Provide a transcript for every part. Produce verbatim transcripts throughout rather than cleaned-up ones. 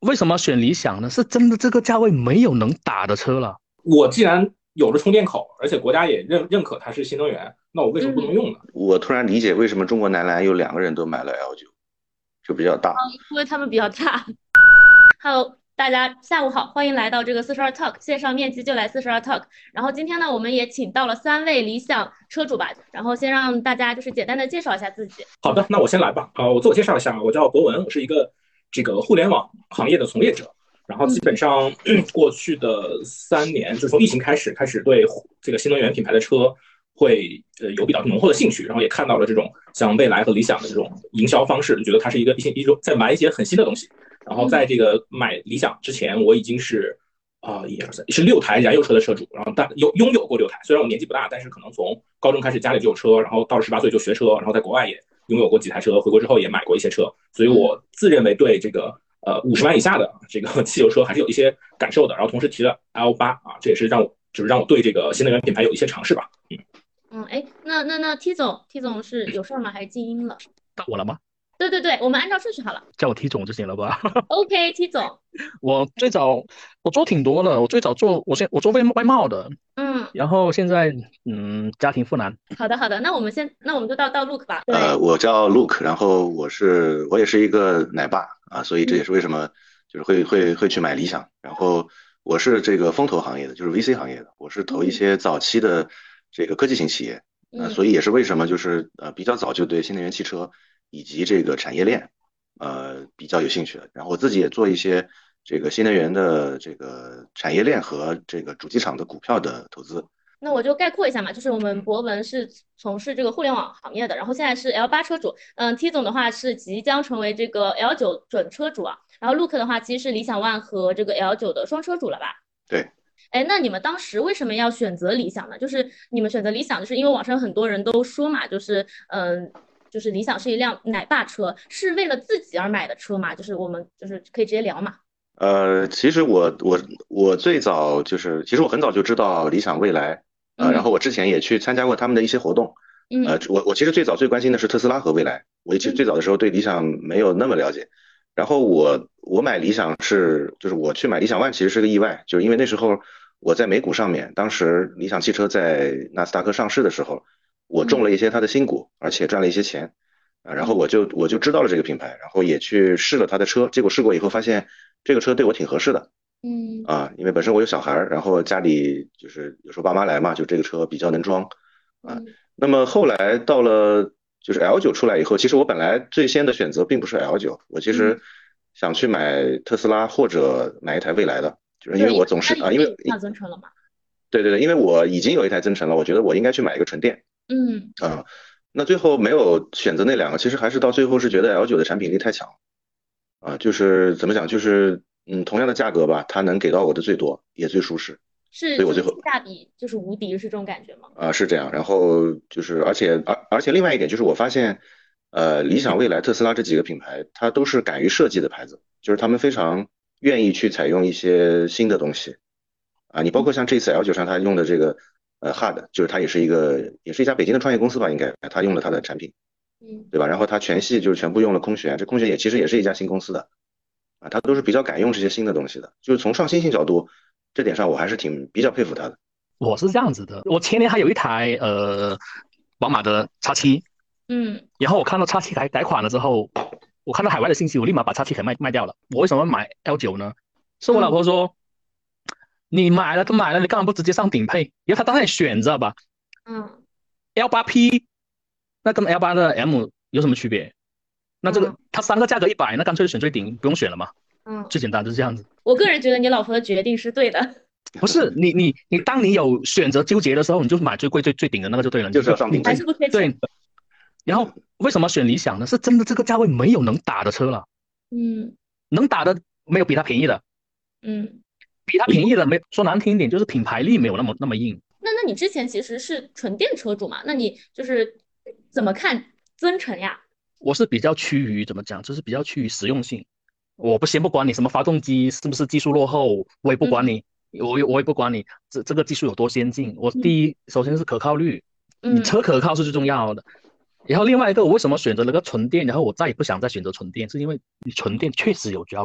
为什么选理想呢？是真的这个价位没有能打的车了。 我既然有了充电口，而且国家也认认可它是新能源，那我为什么不能嗯， 用呢？ 我突然理解为什么中国男篮有两个人都买了 L 九，就比较大。 因为他们比较大。Hello，大家下午好，欢迎来到这个四十二 Talk 线上面基就来四十二 Talk。然后今天呢，我们也请到了三位理想车主吧，然后先让大家就是简单的介绍一下自己。 好的，那我先来吧。呃，我自我介绍一下，我叫博文，我是一个这个互联网行业的从业者。然后基嗯本上过去的三年，就从疫情开始，开始对这个新能源品牌的车会呃有比较浓厚的兴趣，然后也看到了这种像蔚来和理想的这种营销方式，就觉得它是一个一些一种在玩一些很新的东西。然后在嗯这个买理想之前，我已经是啊一二三是六台燃油车的车主，然后但有拥有过六台，虽然我年纪不大，但是可能从高中开始家里就有车，然后到了十八岁就学车，然后在国外也拥有过几台车，回国之后也买过一些车，所以嗯。 我自认为对这个呃五十万以下的这个汽油车还是有一些感受的。然后同时提了 L 八啊，这也是让我就是让我对这个新能源品牌有一些尝试吧。嗯， 嗯，哎，那那那 T 总，T 总是有事儿吗？还是静音了？ 到我了吗？ 对对对，我们按照顺序好了。 叫我 T 总就行了吧？ OK，T 总。 我最早我做挺多的，我最早做我先我做外外贸的， 嗯， 然后现在嗯家庭妇男。 好的好的，那我们先，那我们就到到 Look 吧。 呃， 对。 我叫 Luke，然后我是我也是一个奶爸啊，所以这也嗯是为什么就是会会会去买理想。然后我是这个风投行业的，就是 V C 行业的，我是投一嗯些早期的这个科技型企业，呃， 嗯所以也是为什么就是呃比较早就对新能源汽车以及这个产业链呃比较有兴趣的。然后我自己也做一些这个新能源的这个产业链和这个主机厂的股票的投资。 那我就概括一下嘛，就是我们博文是从事这个互联网行业的，然后现在是 L 八车主。嗯，T 总的话是即将成为这个 L 九准车主啊，然后 Look 的话其实是理想 ONE 和这个 L 九的双车主了吧？ 对。 哎，那你们当时为什么要选择理想呢？就是你们选择理想，就是因为网上很多人都说嘛，就是嗯，就是理想是一辆奶爸车，是为了自己而买的车嘛？就是我们就是可以直接聊嘛。 呃，其实我我我最早就是，其实我很早就知道理想未来，呃，然嗯后我之前也去参加过他们的一些活动，呃， 嗯我我其实最早最关心的是特斯拉和未来，我其实最嗯早的时候对理想没有那么了解，然后我我买理想是就是我去买理想 ONE 其实是个意外，就是因为那时候我在美股上面，当时理想汽车在纳斯达克上市的时候，我中嗯了一些它的新股，而且赚了一些钱。啊，然后嗯我就我就知道了这个品牌，然后也去试了他的车，结果试过以后发现这个车对我挺合适的嗯啊，因为本身我有小孩儿，然后家里就是有时候爸妈来嘛，就这个车比较能装啊。 嗯那么后来到了就是 L 九出来以后，其实我本来最先的选择并不是 L 九，我其嗯， 实想去买特斯拉或者买一台蔚来的，就是因为对，因我为家总是啊，因为里面有上增程了嘛。 对对对，因为我已经有一台增程了，我觉得我应该去买一个纯电嗯啊。那最后没有选择那两个，其实还是到最后是觉得 L 九的产品力太强。啊，就是怎么讲，就是嗯，同样的价格吧，它能给到我的最多，也最舒适， 是所以我最后就是性价比就是无敌，是这种感觉吗？ 啊是这样，然后就是而且而而且另外一点就是我发现，呃，理想、蔚来、特斯拉这几个品牌，它都是敢于设计的牌子，就是他们非常愿意去采用一些新的东西啊，你包括像这次 L 九上它用的这个呃 H U D，就是它也是一个也是一家北京的创业公司吧，应该它用了它的产品， 嗯对吧？然后它全系就是全部用了空悬，这空悬也其实也是一家新公司的。啊，他都是比较敢用这些新的东西的，就是从创新性角度，这点上我还是挺比较佩服他的。 我是这样子的，我前年还有一台呃宝马的叉七， 嗯然后我看到叉七改改款了之后，我看到海外的信息，我立马把叉七给卖卖掉了。我为什么买 L 九呢？是我老嗯婆说你买了都买了，你干嘛不直接上顶配？因为他当时选择吧嗯 ，L 八 P 那跟 L 八的 M 有什么区别？那这个嗯它三个价格一百，那干脆选最顶，不用选了嘛， 嗯， 最简单就是这样子。 我个人觉得你老婆的决定是对的。 不是你你你，当你有选择纠结的时候，你就买最贵最最顶的那个就对了。你就是要上你还顶配。 是不缺钱。 对，然后为什么选理想呢？是真的这个价位没有能打的车了， 嗯能打的没有比它便宜的， 嗯， 比它便宜的没说难听一点，就是品牌力没有那么那么硬。 那那你之前其实是纯电车主嘛？那你就是怎么看增程呀？ 我是比较趋于怎么讲，就是比较趋于实用性。我不先不管你什么发动机是不是技术落后，我也不管嗯你，我也我也不管你这这个技术有多先进。我嗯第一首先是可靠率，你嗯车可靠是最重要的。然后另外一个，我为什么选择了个纯电？然后我再也不想再选择纯电，是因为你纯电确实有焦虑。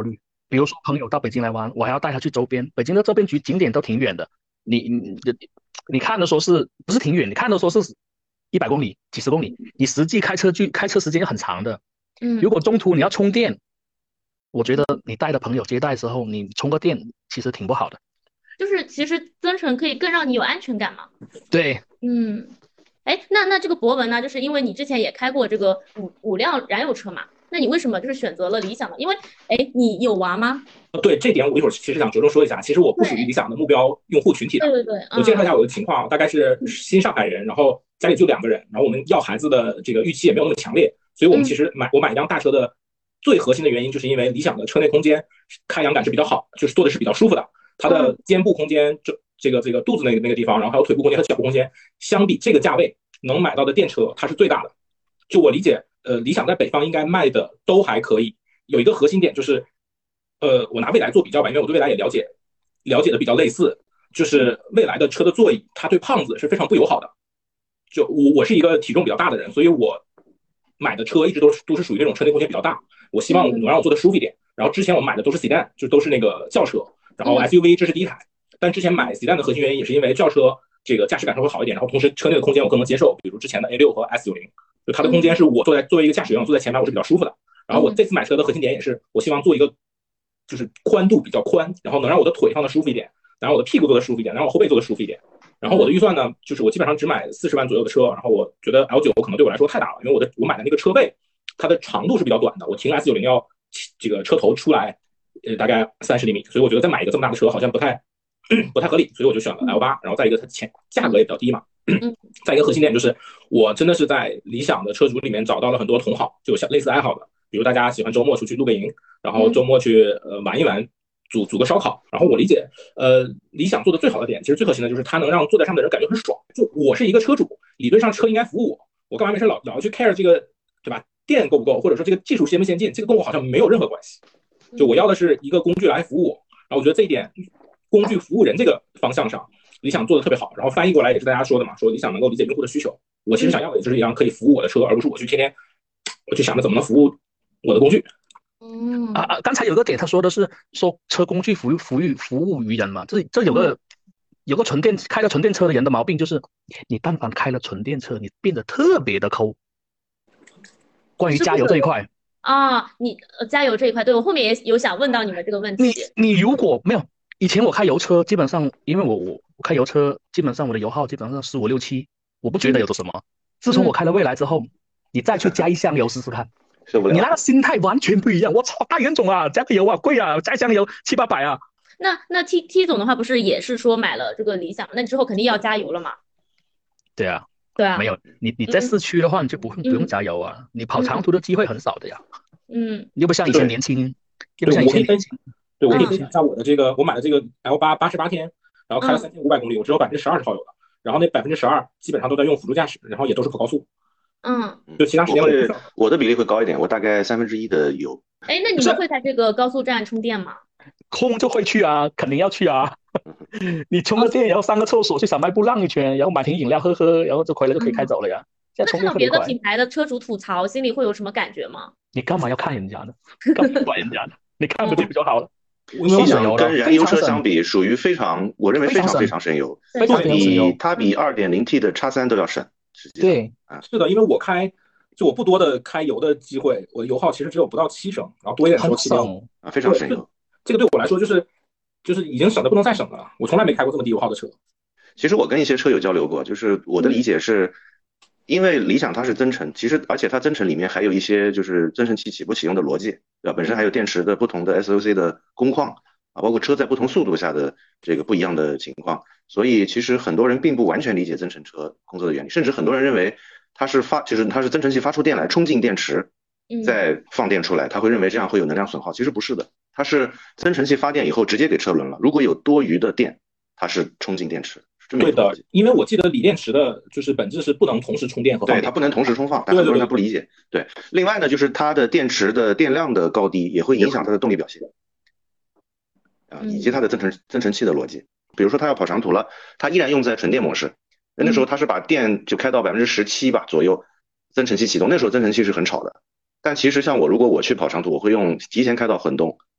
比如说朋友到北京来玩，我还要带他去周边，北京的周边局景点都挺远的，你你你你看的说是不是挺远？你看的说是一百公里、几十公里，你实际开车距开车时间很长的。如嗯， 果中途你要充电，我觉得你带的朋友接待之后，你充个电其实挺不好的。 就是其实增程可以更让你有安全感嘛。 对， 嗯，哎，那那这个博文呢，就是因为你之前也开过这个五五辆燃油车嘛，那你为什么就是选择了理想呢？因为哎，你有娃吗？ 呃对这点，我一会儿其实想着重说一下。其实我不属于理对， 想的目标用户群体的。 对对对，嗯我介绍一下我的情况，大概是新上海人，然后家里就两个人，然后我们要孩子的这个预期也没有那么强烈，所以我们其嗯实买我买一辆大车的最核心的原因，就是因为理想的车内空间开扬感是比较好，就是坐的是比较舒服的，它的嗯肩部空间这这个这个肚子那个那个地方，然后还有腿部空间和脚部空间，相比这个价位能买到的电车，它是最大的。就我理解，呃，理想在北方应该卖的都还可以，有一个核心点就是，呃，我拿蔚来做比较吧，因为我对蔚来也了解，了解的比较类似，就是蔚来的车的座椅，它对胖子是非常不友好的。就我我是一个体重比较大的人，所以我买的车一直都是都是属于那种车内空间比较大，我希望能嗯让我坐的舒服一点。然后之前我买的都是 sedan，就都是那个轿车，然后嗯 S U V 这是第一台。但之前买 sedan 的核心原因也是因为轿车这个驾驶感受会好一点，然后同时车内的空间我更能接受，比如之前的 A 六和 S 九零，就它的空间是我坐在作为一个驾驶员，我坐在前排我是比较舒服的。然后我嗯这次买车的核心点也是，我希望做一个就是宽度比较宽，然后能让我的腿放的舒服一点，然后我的屁股坐的舒服一点，然后我后背坐的舒服一点。然后我的预算呢，就是我基本上只买四十万左右的车，然后我觉得 L 九可能对我来说太大了，因为我的我买的那个车位，它的长度是比较短的，我停 S 九零要这个车头出来，呃大概三十厘米，所以我觉得再买一个这么大的车好像不太不太合理，所以我就选了 L 八，然后再一个它钱价格也比较低嘛。 嗯再一个核心点就是，我真的是在理想的车主里面找到了很多同好，就像类似爱好的，比如大家喜欢周末出去露个营，然后周嗯末去呃玩一玩，煮煮个烧烤。然后我理解，呃，理想做的最好的点，其实最核心的就是它能让坐在上面的人感觉很爽。就我是一个车主，理论上车应该服务我，我干嘛没事老老要去 care 这个，对吧？电够不够，或者说这个技术先不先进，这个跟我好像没有任何关系。就我要的是一个工具来服务我。然后我觉得这一点，工具服务人这个方向上，理想做的特别好。然后翻译过来也是大家说的嘛，说理想能够理解用户的需求。我其实想要的也就是一辆可以服务我的车，而不是我去天天我去想着怎么能服务我的工具。 嗯， 啊啊，刚才有个点他说的是说车工具服务服务服务于人嘛，这这有个有个纯电开了纯电车的人的毛病就是，你但凡开了纯电车，你变得特别的抠。关于加是会有油这一块， 啊，你呃加油这一块，对我后面也有想问到你们这个问你题。 你如果没有以前我开油车，基本上因为我我我开油车，基本上我的油耗基本上是五六七，我不觉得嗯有什么。自从我嗯， 开了蔚来之后，你再去加一箱油试试看， 受不了。 你那个心态完全不一样。我操，大冤种啊，加个油啊，贵啊，加一箱油七八百啊。 那那 T T 总的话不是也是说买了这个理想，那之后肯定要加油了嘛？ 对啊， 对啊， 没有你你在嗯市区的话，你就不用不用嗯加油啊，你跑长嗯途的机会很少的呀。 嗯又不像以前对年轻，又不对， 像以我可以分前年轻。 对，我可以嗯分享一下我的这个，我买的这个 L 八八十八天，然后开了嗯三千五百公里，我只有百分之十二是耗油的，然后那百分之十二基本上都在用辅助驾驶，然后也都是跑高速， 嗯， 就其他时我会间我不上。 我的比例会高一点，我大概三分之一的油。 哎，那你不是们会在这个高速站充电吗？ 空就会去啊，肯定要去啊。你充个电，然后上个厕所，去小卖部浪一圈，然后买瓶饮料喝喝，然后就回来就可以开走了呀。现在充那看到电特别快， 别的品牌的车主吐槽，心里会有什么感觉吗？ 你干嘛要看人家呢？干嘛管人家呢？你看不就比较好了？ 因为我理想省油了， 跟燃油车非常省， 相比，属于非常，我认为非常省， 非常非常省油， 非常它非常省油。 比它比 二点零 T 的叉三都要省，实际上对， 啊， 是的，因为我开就我不多的开油的机会，我的油耗其实只有不到七升，然后多一点的时很候七点五。 省。 啊非常对， 省油。 这个对我来说就是就是已经省的不能再省了，我从来没开过这么低油耗的车。 其实我跟一些车友交流过，就是我的理解是，因为理想它是增程，其实而且它增程里面还有一些就是增程器起步启用的逻辑，对吧？本身还有电池的不同的 S O C 的工况啊，包括车在不同速度下的这个不一样的情况，所以其实很多人并不完全理解增程车工作的原理，甚至很多人认为它是发，就是它是增程器发出电来冲进电池，再放电出来，他会认为这样会有能量损耗，其实不是的，它是增程器发电以后直接给车轮了，如果有多余的电，它是冲进电池。 对的，因为我记得锂电池的就是本质是不能同时充电和放电， 对，它不能同时充放，但很多人他不理解。对，另外呢，就是它的电池的电量的高低也会影响它的动力表现啊，以及它的增程增程器的逻辑。比如说它要跑长途了，它依然用在纯电模式，那时候它是把电就开到百分之十七吧左右，增程器启动，那时候增程器是很吵的。但其实像我如果我去跑长途，我会用提前开到混动，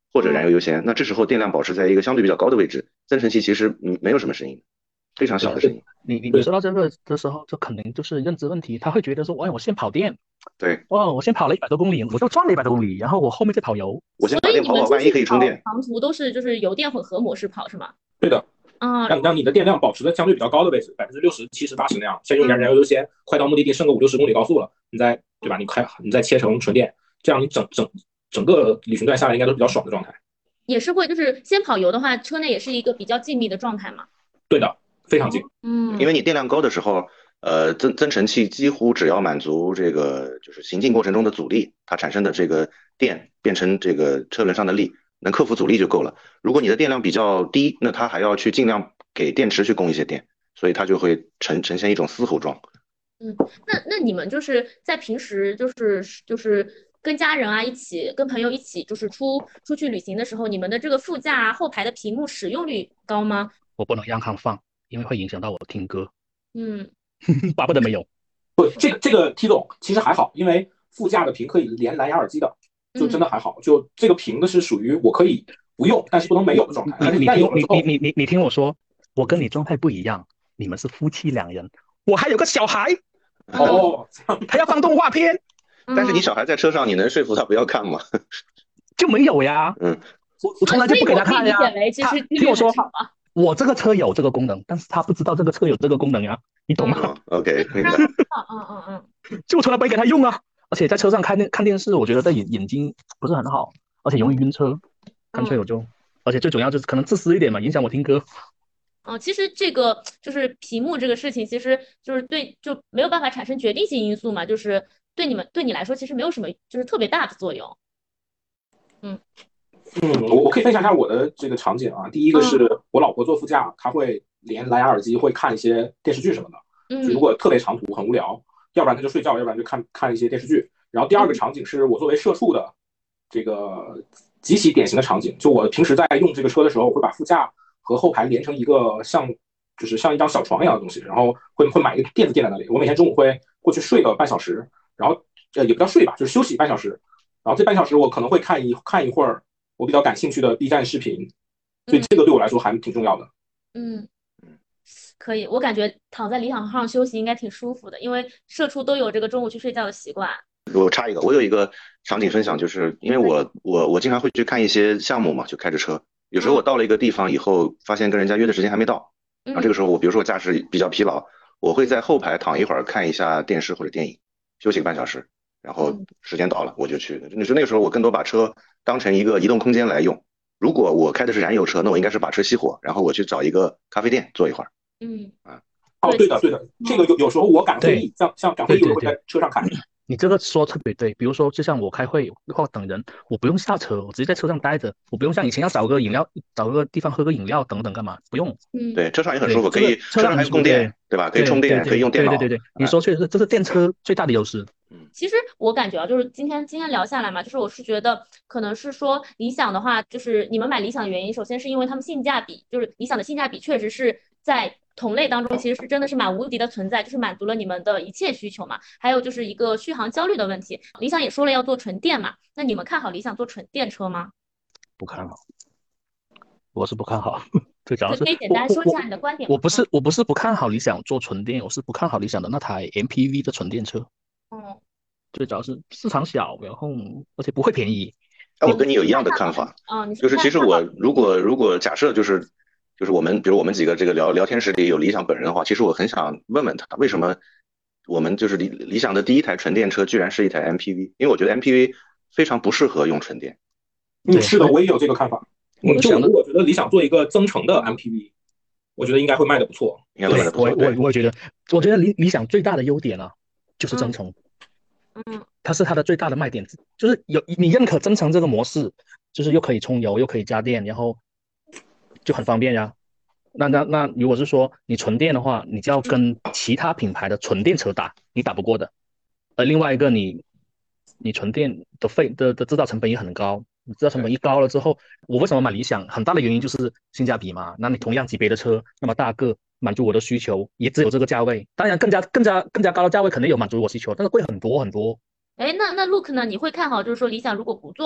或者燃油优先，那这时候电量保持在一个相对比较高的位置，增程器其实嗯没有什么声音，非常小的声音。 你你你说到这个的时候，这肯定就是认知问题。他会觉得说，哎，我先跑电， 对， 哦，我先跑了一百多公里，我就赚了一百多公里，然后我后面再跑油。 我先把电跑好，万一可以充电。 长途都是就是油电混合模式跑是吗？ 对的。 啊， 让让你的电量保持在相对比较高的位置，百分之六十、七十、八十那样，先用燃油优先，快到目的地剩个五六十公里高速了，你再对吧？你开你再切成纯电，这样你整整整个旅行段下来应该都是比较爽的状态。 也是会就是先跑油的话，车内也是一个比较静谧的状态嘛。 对的，非常静。 嗯， 因为你电量高的时候，呃，增增程器几乎只要满足这个就是行进过程中的阻力，它产生的这个电变成这个车轮上的力。能克服阻力就够了。如果你的电量比较低，那它还要去尽量给电池去供一些电，所以它就会呈呈现一种嘶吼状。 嗯，那那你们就是在平时就是就是跟家人啊一起，跟朋友一起就是出出去旅行的时候，你们的这个副驾啊后排的屏幕使用率高吗？ 我不能让它放，因为会影响到我听歌。 嗯， 巴不得没有。 不，这个这个 T 总其实还好，因为副驾的屏可以连蓝牙耳机的。就真的还好，就这个屏的是属于我可以不用，但是不能没有的状态。但是你但有了之后， 你你你你听我说，我跟你状态不一样，你们是夫妻两人，我还有个小孩， 哦， 他要放动画片， 但是你小孩在车上，你能说服他不要看吗？ 就没有呀， 嗯， 我我从来就不给他看呀。 他听我说，我这个车有这个功能，但是他不知道这个车有这个功能呀，你懂吗、 嗯、？OK， 明白。 嗯嗯嗯， 就我从来不会给他用啊。而且在车上看电看电视，我觉得对眼眼睛不是很好，而且容易晕车，干脆我就，而且最主要就是可能自私一点嘛，影响我听歌。 哦，其实这个就是屏幕这个事情，其实就是对就没有办法产生决定性因素嘛，就是对你们对你来说其实没有什么就是特别大的作用。嗯嗯，我我可以分享一下我的这个场景啊。第一个是我老婆坐副驾，她会连蓝牙耳机，会看一些电视剧什么的。 嗯， 就如果特别长途很无聊，要不然她就睡觉，要不然就看看一些电视剧。然后第二个场景是我作为社畜的这个极其典型的场景，就我平时在用这个车的时候，我会把副驾和后排连成一个像就是像一张小床一样的东西，然后会会买一个垫子垫在那里。我每天中午会过去睡个半小时，然后呃也不叫睡吧，就是休息半小时。然后这半小时我可能会看一看一会儿我比较感兴趣的 B 站视频，所以这个对我来说还挺重要的。 嗯，可以，我感觉躺在理想号上休息应该挺舒服的，因为社畜都有这个中午去睡觉的习惯。 我插一个，我有一个场景分享，就是因为我我我经常会去看一些项目嘛，就开着车，有时候我到了一个地方以后，发现跟人家约的时间还没到，然后这个时候我比如说我驾驶比较疲劳，我会在后排躺一会儿，看一下电视或者电影，休息个半小时，然后时间到了我就去。你说那个时候我更多把车当成一个移动空间来用。如果我开的是燃油车，那我应该是把车熄火，然后我去找一个咖啡店坐一会儿。 嗯啊，哦，对的对的，这个有有时候我赶会议，像像赶会议我会在车上看。 你这个说特别对，比如说就像我开会或等人，我不用下车，我直接在车上待着，我不用像以前要找个饮料，找个地方喝个饮料等等干嘛，不用。 嗯， 对，车上也很舒服，可以车上还有供电，对吧？可以充电，可以用电脑。 对对对对，你说确实，这是电车最大的优势。 其实我感觉啊，就是今天今天聊下来嘛，就是我是觉得可能是说理想的话，就是你们买理想的原因，首先是因为他们性价比，就是理想的性价比确实是在同类当中其实是真的是蛮无敌的存在，就是满足了你们的一切需求嘛。还有就是一个续航焦虑的问题，理想也说了要做纯电嘛，那你们看好理想做纯电车吗？ 不看好，我是不看好。最主要是可以简单说一下你的观点。 我不是我不是不看好理想做纯电，我是不看好理想的那台 M P V 的纯电车。 嗯， 最主要是市场小，然后而且不会便宜。 我跟你有一样的看法， 嗯， 就是其实我如果如果假设就是就是我们比如我们几个这个聊聊天室里有理想本人的话，其实我很想问问他为什么我们就是理理想的第一台纯电车居然是一台 M P V， 因为我觉得 M P V 非常不适合用纯电。 嗯，是的，我也有这个看法。 我就我觉得理想做一个增程的 M P V， 我觉得应该会卖的不错， 应该会卖的不错。 我我我觉得，我觉得理理想最大的优点啊，就是增程。 嗯， 它是它的最大的卖点，就是有你认可增程这个模式，就是又可以充油又可以加电，然后就很方便呀。那那那如果是说你纯电的话，你就要跟其他品牌的纯电车打，你打不过的。而另外一个你你纯电的费的的制造成本也很高。你制造成本一高了之后，我为什么买理想？很大的原因就是性价比嘛。那你同样级别的车，那么大个，满足我的需求，也只有这个价位。当然，更加更加更加高的价位肯定有满足我需求，但是贵很多很多。 哎，那那 Look 呢？你会看好，就是说理想如果不做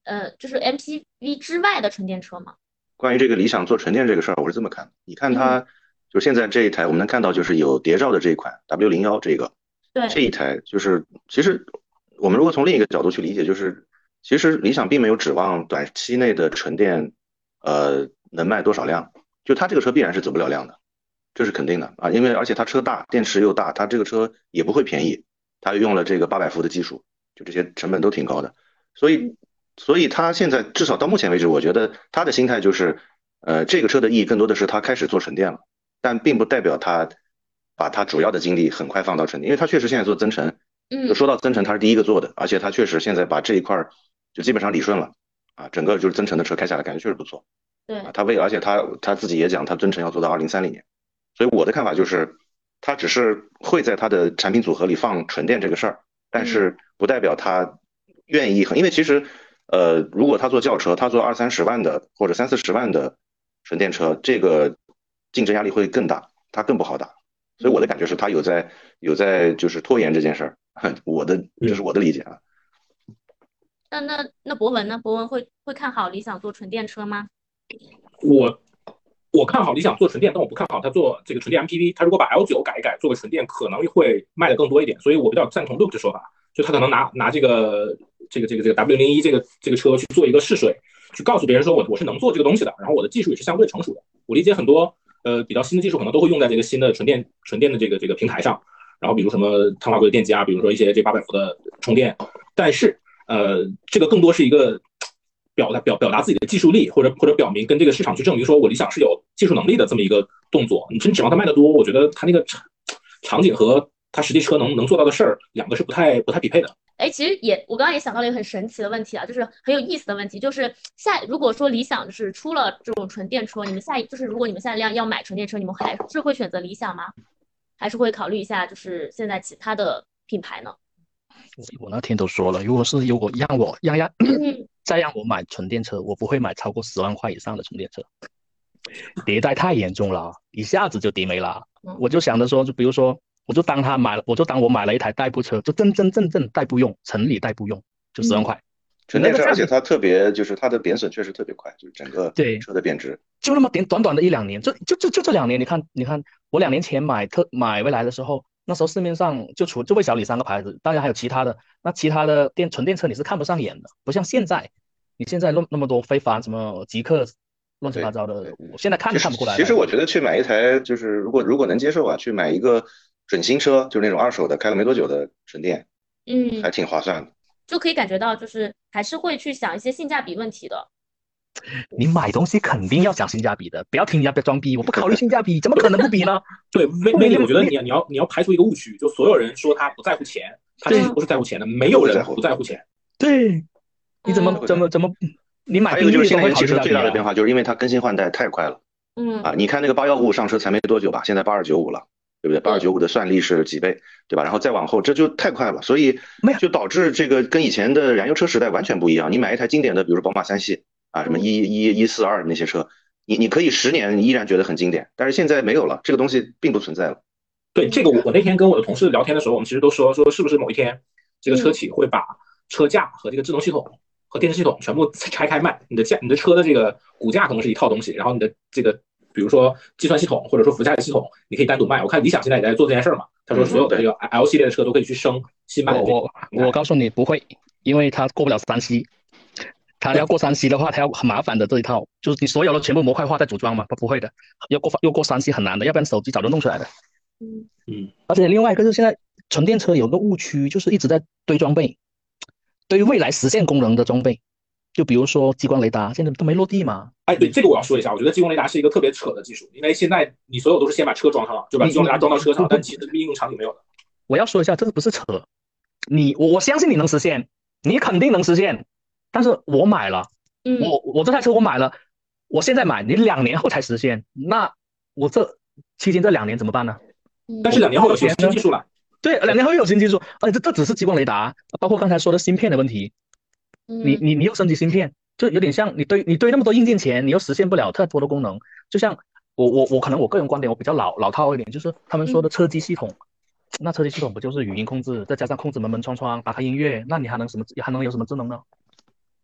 呃，就是 M P V 之外的纯电车吗？ 关于这个理想做纯电这个事儿，我是这么看的。你看它， 嗯， 就现在这一台，我们能看到就是有谍照的这一款 W 零一这个，这对， 一台就是其实我们如果从另一个角度去理解，就是其实理想并没有指望短期内的纯电，呃，能卖多少辆，就它这个车必然是走不了量的，这是肯定的啊，因为而且它车大，电池又大，它这个车也不会便宜，它用了这个八百伏的技术，就这些成本都挺高的，所以所以他现在至少到目前为止，我觉得他的心态就是，呃，这个车的意义更多的是他开始做纯电了，但并不代表他把他主要的精力很快放到纯电，因为他确实现在做增程，就嗯， 说到增程，他是第一个做的，而且他确实现在把这一块儿就基本上理顺了啊，整个就是增程的车开下来感觉确实不错啊， 对， 他为而且他他自己也讲，他增程要做到二零三零年，所以我的看法就是，他只是会在他的产品组合里放纯电这个事儿，但嗯。 是不代表他愿意很，因为其实。呃，如果他做轿车，他做二三十万的或者三四十万的纯电车，这个竞争压力会更大，他更不好打。所以我的嗯， 感觉是他有在有在就是拖延这件事儿，我的这是嗯， 我的理解啊。 那那那博文呢？博文会会看好理想做纯电车吗？ 我我看好理想做纯电，但我不看好它做这个纯电 M P V。它如果把 L 九改一改，做个纯电，可能会卖的更多一点。所以我比较赞同 Luke 的说法，就他可能拿拿这个这个这个这个 W 零一这个这个车去做一个试水，去告诉别人说我我是能做这个东西的，然后我的技术也是相对成熟的。我理解很多呃比较新的技术可能都会用在这个新的纯电纯电的这个这个平台上，然后比如什么碳化硅的电机啊，比如说一些这八百伏的充电，但是呃这个更多是一个表达表表达自己的技术力，或者或者表明跟这个市场去证明说我理想是有技术能力的这么一个动作。你真指望它卖得多，我觉得它那个场场景和它实际车能能做到的事儿，两个是不太不太匹配的。 哎，其实也，我刚刚也想到了一个很神奇的问题啊，就是很有意思的问题，就是下如果说理想就是出了这种纯电车，你们下一就是如果你们下一辆要买纯电车，你们还是会选择理想吗？还是会考虑一下就是现在其他的品牌呢？ 我那天都说了，如果是如果让我让让嗯再让我买纯电车，我不会买超过十万块以上的纯电车，迭代太严重了，一下子就跌没了。 嗯我就想着说，就比如说，我就当他买了，我就当我买了一台代步车，就真真正正代步用，城里代步用，就十万嗯块。 纯电车， 那个价格， 而且它特别就是它的贬损确实特别快，就是整个对， 车的贬值。 就那么点短短的一两年，就就就就这两年，你看，你看，我两年前买特买蔚来的时候，那时候市面上就除就魏小李三个牌子，当然还有其他的，那其他的电纯电车你是看不上眼的，不像现在，你现在那那么多非凡什么极客，乱七八对糟的， 对， 我现在看其实都看不过来了。 其实我觉得去买一台就是如果如果能接受啊，去买一个准新车，就是那种二手的，开了没多久的纯电，还嗯， 挺划算的。 就可以感觉到就是还是会去想一些性价比问题的。 你买东西肯定要讲性价比的，不要听人家别装逼，我不考虑性价比，怎么可能不比呢？ 对，魅不， 魅力， 你你我觉得你你你要你要排除一个误区，就所有人说他不在乎钱，他其实对不是在乎钱的，没有人不在乎钱。 对，你怎么嗯怎么怎么，你买还有一个就是宾利都会新能源汽车考虑性价比啊？ 最大的变化，就是因为它更新换代太快了嗯， 啊！你看那个八幺五上车才没多久吧，现在八二九五了，对不对？八二对， 九五的算力是几倍，对吧？然后再往后，这就太快了，所以没有， 就导致这个跟以前的燃油车时代完全不一样。你买一台经典的，比如说宝马三系啊，什么嗯一一一四二那些车，你你可以十年依然觉得很经典，但是现在没有了，这个东西并不存在了。 对这个，我我那天跟我的同事聊天的时候，我们其实都说说是不是某一天这个车嗯企会把车架和这个制动系统和电池系统全部拆开卖，你的架你的车的这个骨架可能是一套东西，然后你的这个比如说计算系统或者说副驾驶系统，你可以单独卖。我看理想现在也在做这件事儿嘛，他说所嗯，对， 有的这个 L 系列的车都可以去升新版的这个我我平台。 我告诉你不会，因为它过不了三 C，它要过三 C 的话，它要很麻烦的这一套，就是你所有的全部模块化再组装嘛，它不会的，要过要过三 C 很难的，要不然手机早就弄出来了。 嗯嗯， 而且另外一个是现在纯电车有个误区，就是一直在堆装备，对于未来实现功能的装备，就比如说激光雷达，现在都没落地嘛。 哎，对这个我要说一下，我觉得激光雷达是一个特别扯的技术，因为现在你所有都是先把车装上了，就把你激光雷达装到车上， 你不， 但其实应用场景没有的。 我要说一下，这个不是扯，你我我相信你能实现，你肯定能实现，但是我买了， 嗯我我这台车我买了，我现在买，你两年后才实现，那我这期间这两年怎么办呢？ 嗯但是两年后有新新技术了， 对，两年后又有新技术，而且这这只是激光雷达，包括刚才说的芯片的问题，你嗯你你又升级芯片，就有点像你堆你堆那么多硬件钱，你又实现不了特多的功能，就像我我我可能我个人观点我比较老老套一点，就是他们说的嗯车机系统，那车机系统不就是语音控制，再加上控制门门窗窗，打开音乐，那你还能什么还能有什么智能呢？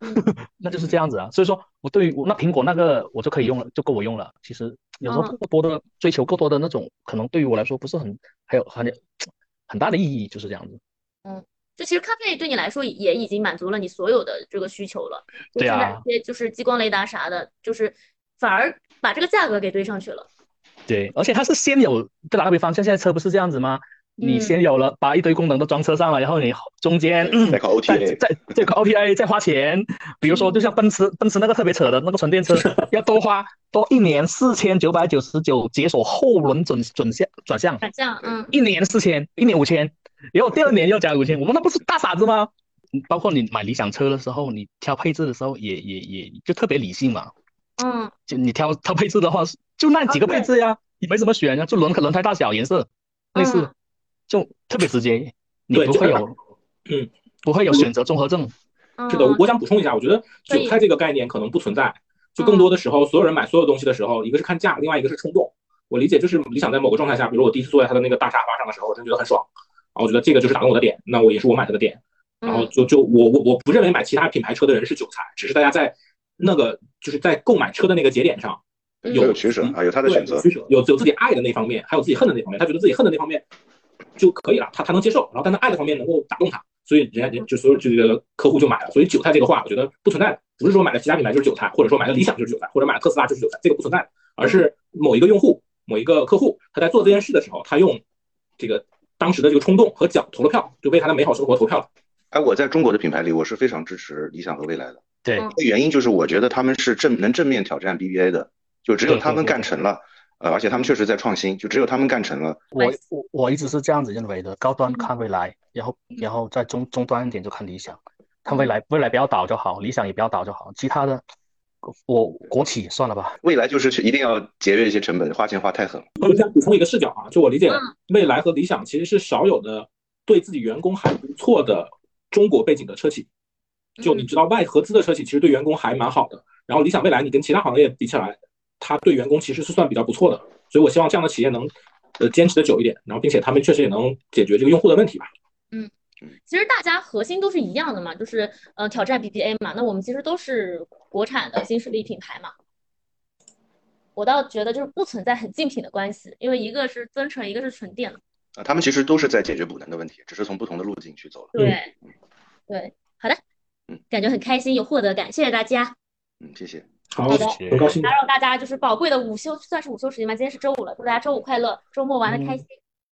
那就是这样子啊。所以说我对于我那苹果那个我就可以用了，就够我用了。其实有时候嗯过多的追求过多的那种，可能对于我来说不是很还有很很大的意义，就是这样子。 嗯，就其实咖啡对你来说也已经满足了你所有的这个需求了，就剩下对啊， 一些就是激光雷达啥的，就是反而把这个价格给堆上去了。 对，而且它是现有，就打个比方，像现在车不是这样子吗？你嗯先有了，把一堆功能都装车上了，然后你中间再考再 O T A， 再再搞 O T A 再花钱，比如说就像奔驰奔驰那个特别扯的那个纯电车，要多花多一年四千九百九十九解锁后轮准准向转向， 反向，嗯一年四千，一年五千，然后第二年要加五千，我们那不是大傻子吗？包括你买理想车的时候，你挑配置的时候也也也就特别理性嘛。 嗯， 就你挑挑配置的话，就那几个配置呀，你没怎么选呀，就轮轮胎大小、颜色类似， 嗯就特别直接，你对，就不会有嗯， 不会有选择综合症。 是的， 嗯， 我想补充一下，我觉得可以韭菜这个概念可能不存在，就更嗯多的时候，所有人买所有东西的时候，一个是看价，另外一个是冲动。我理解就是理想在某个状态下，比如我第一次坐在他的那个大沙发上的时候，我真觉得很爽，啊，我觉得这个就是打动我的点，那我也是我买它的点。然后嗯就就我我我不认为买其他品牌车的人是韭菜，只是大家在那个就是在购买车的那个节点上嗯有有取舍啊，有他的对选择。 有取舍，有有自己爱的那方面，还有自己恨的那方面，他觉得自己恨的那方面就可以了，他他能接受，然后但他爱的方面能够打动他，所以人家就所有这个客户就买了。所以韭菜这个话，我觉得不存在的，不是说买了其他品牌就是韭菜，或者说买了理想就是韭菜，或者买了特斯拉就是韭菜，这个不存在的，而是某一个用户、某一个客户他在做这件事的时候，他用这个当时的这个冲动和脚投了票，就为他的美好生活投票了。 哎，我在中国的品牌里，我是非常支持理想和蔚来的。 对嗯原因就是我觉得他们是正能正面挑战 B B A 的，就只有他们干成了，呃，而且他们确实在创新，就只有他们干成了。 我我我一直是这样子认为的，高端看蔚来，然后然后在中中端一点就看理想，看蔚来，蔚来不要倒就好，理想也不要倒就好，其他的我国企算了吧。 未来就是去一定要节约一些成本，花钱花太狠了。 我想补充一个视角啊，就我理解嗯， 蔚来和理想其实是少有的对自己员工还不错的中国背景的车企。就你知道，外合资的车企其实对员工还蛮好的。然后理想蔚来，你跟其他行业比起来，它对员工其实是算比较不错的。所以我希望这样的企业能呃坚持的久一点，然后并且他们确实也能解决这个用户的问题吧。 嗯，其实大家核心都是一样的嘛，就是呃挑战 B B A 嘛。那我们其实都是国产的新势力品牌嘛。我倒觉得就是不存在很竞品的关系，因为一个是增程，一个是纯电的。 啊，他们其实都是在解决补能的问题，只是从不同的路径去走了。 对，对，好的， 嗯， 感觉很开心，有获得感，谢谢大家。 嗯，谢谢。 好， 好的很高兴。 打扰大家就是宝贵的午休，算是午休时间吗？今天是周五了，祝大家周五快乐，周末玩的开心。